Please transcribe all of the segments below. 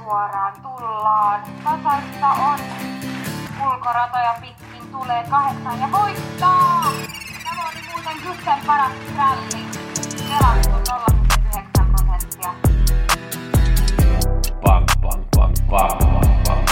suoraan tullaan. Tasaista on. Ulkoratoja pitkin tulee 8 ja voittaa! Tämä oli muuten Gusten paras ralli. Pelattu 0,9%. Bang, bang, bang, bang, bang, bang.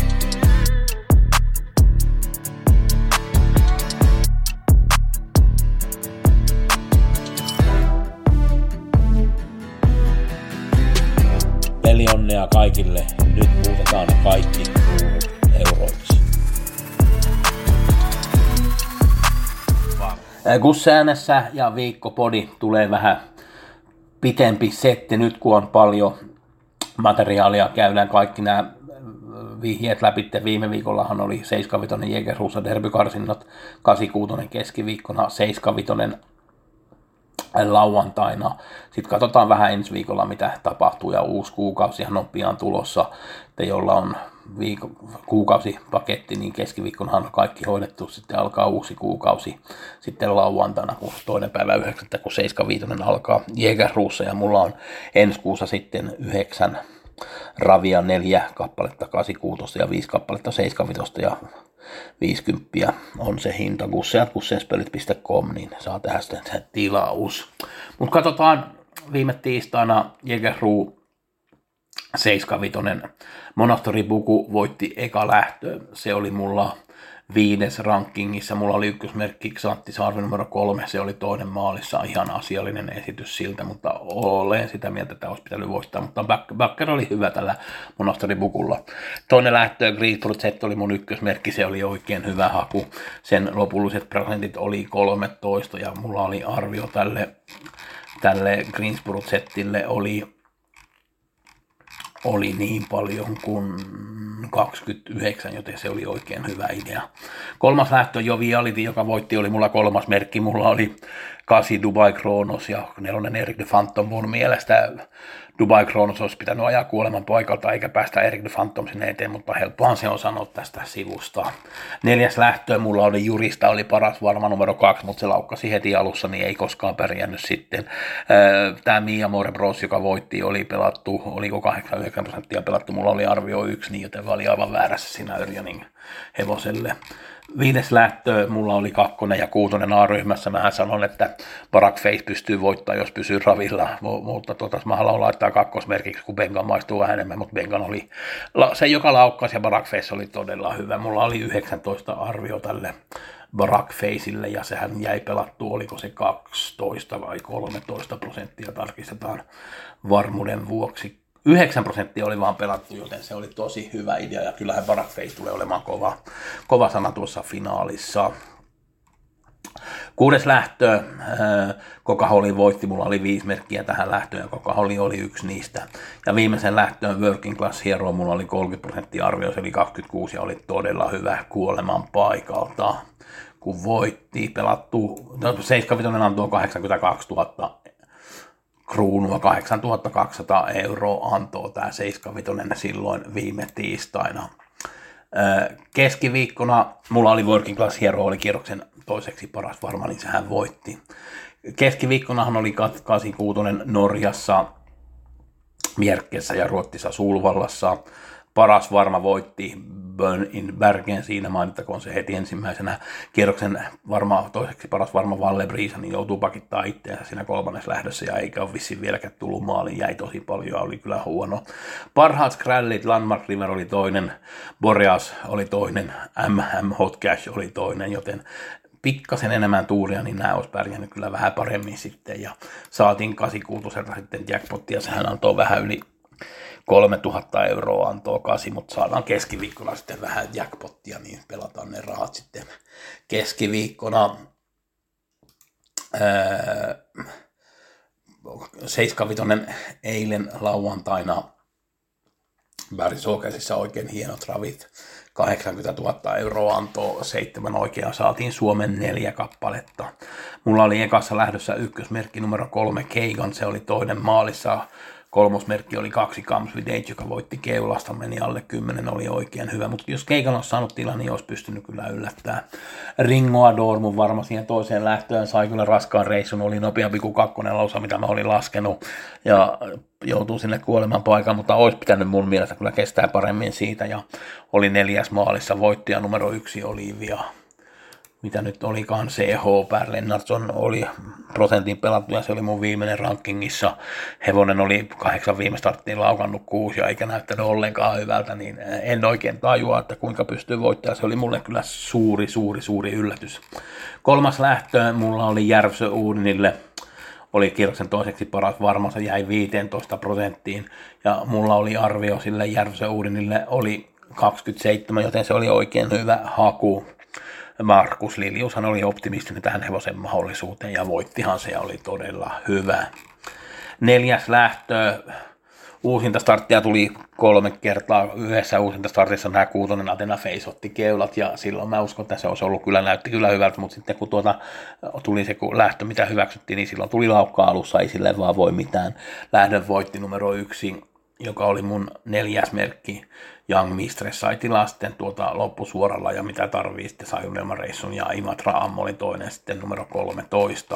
Pelionnea kaikille. Nyt muutetaan kaikki kruunut euroiksi. Gusse äänessä ja viikkopodi tulee vähän pitempi setti nyt, kun on paljon materiaalia. Käydään kaikki nämä vihjeet läpi. Viime viikollahan oli 7-vitonen Jägersrosa derbykarsinnat, 8-6 keskiviikkona, 7-vitonen lauantaina. Sitten katsotaan vähän ensi viikolla, mitä tapahtuu, ja uusi kuukausihan on pian tulossa. Te, jolla on kuukausipaketti, niin keskiviikkonahan on kaikki hoidettu. Sitten alkaa uusi kuukausi sitten lauantaina, kun 2.9., kun 7-5 alkaa Jägersrosa, ja mulla on ensi kuussa sitten 9 ravia, 4 kappaletta 8-6 ja 5 kappaletta 7-5 ja 50 on se hinta. Gussenspelit.com, niin saa tehdä sitten se tilaus. Mutta katsotaan viime tiistaina Jägersro 7-5. Monastori Buku voitti eka lähtö. Se oli mulla 5. rankingissa. Mulla oli ykkösmerkki Xantti Saarvi numero 3. Se oli toinen maalissa. Ihan asiallinen esitys siltä, mutta olen sitä mieltä, että olisi pitänyt voittaa. Mutta backer oli hyvä tällä Monastori Bukulla. Toinen lähtö Greensboro Z oli mun ykkösmerkki. Se oli oikein hyvä haku. Sen lopulliset prosentit oli 13 ja mulla oli arvio tälle Greensboro Zille oli niin paljon kuin 29, joten se oli oikein hyvä idea. Kolmas lähtö Joviality, joka voitti, oli mulla 3. merkki. Mulla oli 8 Dubai Kronos ja 4 Eric de Phantom. Mun mielestä Dubai Kronos olisi pitänyt ajaa kuoleman paikalta eikä päästä Eric de Phantom sinne eteen, mutta helppohan se on sanoa tästä sivusta. 4. lähtö mulla oli Jurista, oli paras varma numero 2, mutta se laukkasi heti alussa, niin ei koskaan pärjännyt sitten. Tämä Mia More Bros, joka voitti, oli pelattu, oliko 8-9% pelattu, mulla oli arvio 1, niin joten oli aivan väärässä siinä Örjanin hevoselle. 5. lähtö mulla oli 2. ja 6. A-ryhmässä. Mähän sanon, että Barack Face pystyy voittamaan, jos pysyy ravilla, mutta mä haluan laittaa 2. merkiksi, kun Bengan maistuu vähän enemmän, mutta Bengan oli se, joka laukkasi, ja Barack Face oli todella hyvä. Mulla oli 19 arvio tälle Barack Faceille, ja sehän jäi pelattu, oliko se 12 vai 13%, tarkistetaan varmuuden vuoksi. 9% oli vaan pelattu, joten se oli tosi hyvä idea, ja kyllähän Barack Face tulee olemaan kova sana tuossa finaalissa. 6. lähtö, Coca-Cola voitti, mulla oli 5 merkkiä tähän lähtöön, ja Coca-Cola oli yksi niistä. Ja viimeisen lähtöön Working Class Hero, mulla oli 30% arvio, se oli 26 ja oli todella hyvä kuoleman paikalta, kun voitti, pelattu, 7-5 antoi 82 000 kruunua, 8200 € antoi tämä 7-5 silloin viime tiistaina. Keskiviikkona mulla oli Working Class Hero, oli kierroksen toiseksi paras varma, niin sehän voitti. Keskiviikkonahan oli 86 Norjassa, Mjerkessä ja Ruotsissa Sulvallassa. Paras varma voitti Burn in Bergen, siinä mainittakoon se heti ensimmäisenä. Kierroksen toiseksi paras varma Valle Brisa, niin joutuu pakittaa itseänsä siinä 3. lähdössä, ja eikä ole vissiin vieläkään tullut maaliin, jäi tosi paljon, oli kyllä huono. Parhaat skrällit, Landmark River oli toinen, Boreas oli toinen, Hot Cash oli toinen, joten pikkasen enemmän tuuria, niin nämä olisi pärjännyt kyllä vähän paremmin sitten, ja saatiin 8-6 sitten jackpottia, sehän antoi vähän yli 3000 € antoi 8, mutta saadaan keskiviikkona sitten vähän jackpottia, niin pelataan ne rahat sitten keskiviikkona. 7-5 eilen lauantaina Bärisokesissa oikein hienot ravit. 80 000 € antoi 7 oikeaa, saatiin Suomen 4 kappaletta. Mulla oli ekassa lähdössä ykkösmerkki numero 3 Keigan, se oli toinen maalissa Kolmosmerkki oli 2 Comes with Age, joka voitti keulasta, meni alle 10, oli oikein hyvä, mutta jos keikan olisi saanut tilan, niin olisi pystynyt kyllä yllättämään. Ringo Adore mun varmaan siihen toiseen lähtöön sai kyllä raskaan reissun, oli nopeampi kuin 2. lausa, mitä mä olin laskenut, ja joutuu sinne kuoleman paikan, mutta olisi pitänyt mun mielestä kyllä kestää paremmin siitä, ja oli 4. maalissa, voittaja numero 1 Olivia. Mitä nyt olikaan, CH Per Lennartson oli prosentin pelattu ja se oli mun viimeinen rankingissa. Hevonen oli 8 viime starttiin laukannut 6 ja eikä näyttänyt ollenkaan hyvältä, niin en oikein tajua, että kuinka pystyy voittamaan. Se oli mulle kyllä suuri yllätys. 3. lähtö mulla oli Järvsö Uudinille. Oli kierroksen toiseksi paras varma, se jäi 15% ja mulla oli arvio sille Järvsö Uudinille oli 27, joten se oli oikein hyvä haku. Markus Liljushan oli optimistinen tähän hevosen mahdollisuuteen ja voittihan se ja oli todella hyvä. 4. lähtö. Uusintastarttia tuli 3 kertaa. Yhdessä uusintastartissa nämä 6. Athena Face otti keulat ja silloin mä uskon, että se olisi ollut kyllä, näytti kyllä hyvältä, mutta sitten kun tuli se kun lähtö, mitä hyväksyttiin, niin silloin tuli laukka alussa, ei silleen vaan voi mitään. Lähdön voitti numero 1, joka oli mun 4. merkki. Young Mistress sai tilaa sitten loppusuoralla ja mitä tarvii sitten sai unelmareissun ja Imatra Am oli toinen sitten numero 13.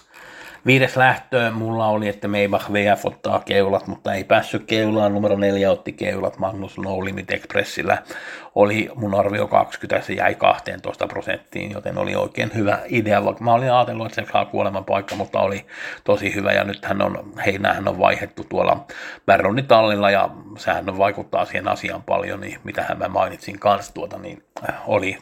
5. lähtö mulla oli, että Maybach VF ottaa keulat, mutta ei päässyt keulaan. Numero 4 otti keulat Magnus No Limit Expressillä. Oli mun arvio 20, se jäi 12%, joten oli oikein hyvä idea. Vaikka mä olin ajatellut, että se saa kuoleman paikka, mutta oli tosi hyvä. Ja nythän heinähän on vaihdettu tuolla Barronin tallilla ja sehän vaikuttaa siihen asiaan paljon, niin mitähän mä mainitsin kanssa niin oli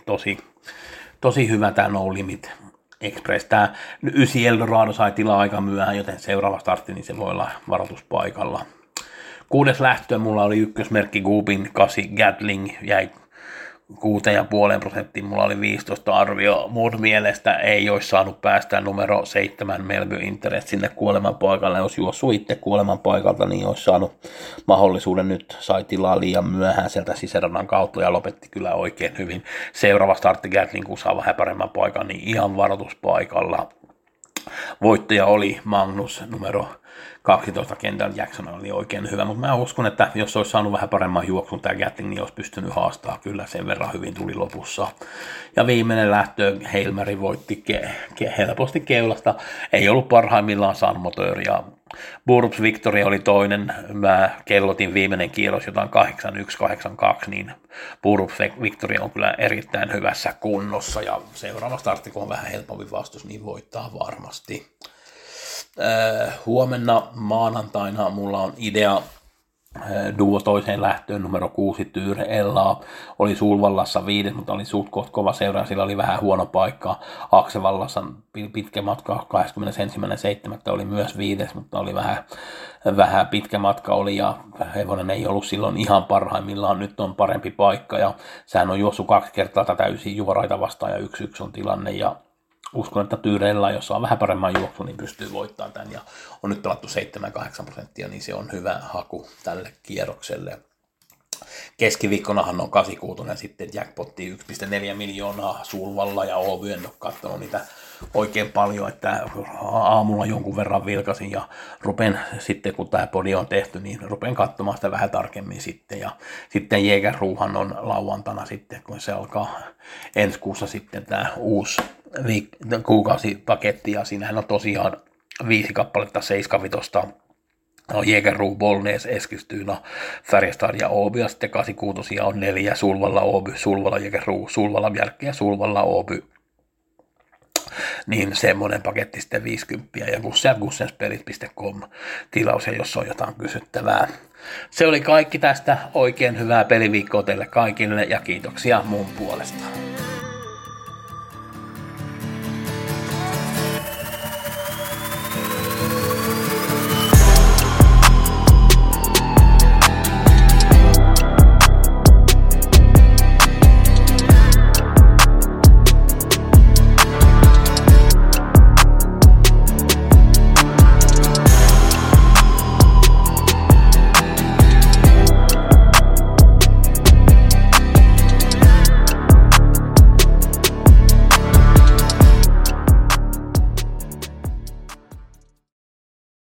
tosi hyvä tämä No Limit Express. Tämä 9 Eldorado sai tilaa aika myöhään, joten seuraava startti, niin se voi olla varoituspaikalla. 6. lähtö mulla oli ykkösmerkki Goopin 8 Gatling, jäi 6,5%, mulla oli 15 arvio. Mun mielestä ei olisi saanut päästä numero 7 Melby Interest sinne kuoleman paikalle. Jos juossut itse kuoleman paikalta, niin olisi saanut mahdollisuuden. Nyt sai tilaa liian myöhään sieltä sisäradan kautta ja lopetti kyllä oikein hyvin. Seuraava startti Gatling, kun saa vähän paremman paikan, niin ihan varoituspaikalla. Voittaja oli Magnus numero 12 Kendall Jackson oli oikein hyvä, mutta mä uskon, että jos olisi saanut vähän paremman juoksun tämä Gatling, niin olisi pystynyt haastaa kyllä sen verran hyvin tuli lopussa. Ja viimeinen lähtö, Heilmäri voitti helposti keulasta, ei ollut parhaimmillaan Sun Motor ja Burps Victoria oli toinen, mä kellotin viimeinen kierros jotain 8182, niin Burps Victoria on kyllä erittäin hyvässä kunnossa ja seuraava startti, kun on vähän helpompi vastus, niin voittaa varmasti. Huomenna maanantaina mulla on idea duo toiseen lähtöön numero 6 Tyyre Ellaa. Oli Sulvallassa 5, mutta oli suht kova seura, sillä oli vähän huono paikka. Aksevallassa pitkä matka 21.7. oli myös 5, mutta oli vähän pitkä matka oli ja hevonen ei ollut silloin ihan parhaimmillaan, nyt on parempi paikka ja sehän on juossut 2 kertaa täysin juoraita vastaan ja 1-1 on tilanne ja uskon, että Tyyrellä, jos on vähän paremman juoksu, niin pystyy voittamaan tämän ja on nyt pelattu 7-8%, niin se on hyvä haku tälle kierrokselle. Keskiviikkonahan on 86 sitten jackpotti 1,4 miljoonaa Sulvalla ja Oby, en ole katsonut niitä oikein paljon, että aamulla jonkun verran vilkasin ja rupen sitten, kun tämä podi on tehty, niin rupen katsomaan sitä vähän tarkemmin sitten ja sitten Jägerruuhan on lauantaina sitten, kun se alkaa ensi kuussa sitten tämä uusi kuukausipaketti ja siinähän on tosiaan 5 kappaletta 75. No, Jägerruh, Bollnäs, Eskilstuna, Färjestad ja Åby, ja sitten 86 on 4, Sulvalla, Åby, Sulvalla, Jägerruh, Sulvalla, Bjärke ja Sulvalla, Åby. Niin semmoinen paketti sitten 50 ja gussenspelit.com tilaus, ja jos on jotain kysyttävää. Se oli kaikki tästä. Oikein hyvää peliviikkoa teille kaikille ja kiitoksia mun puolesta.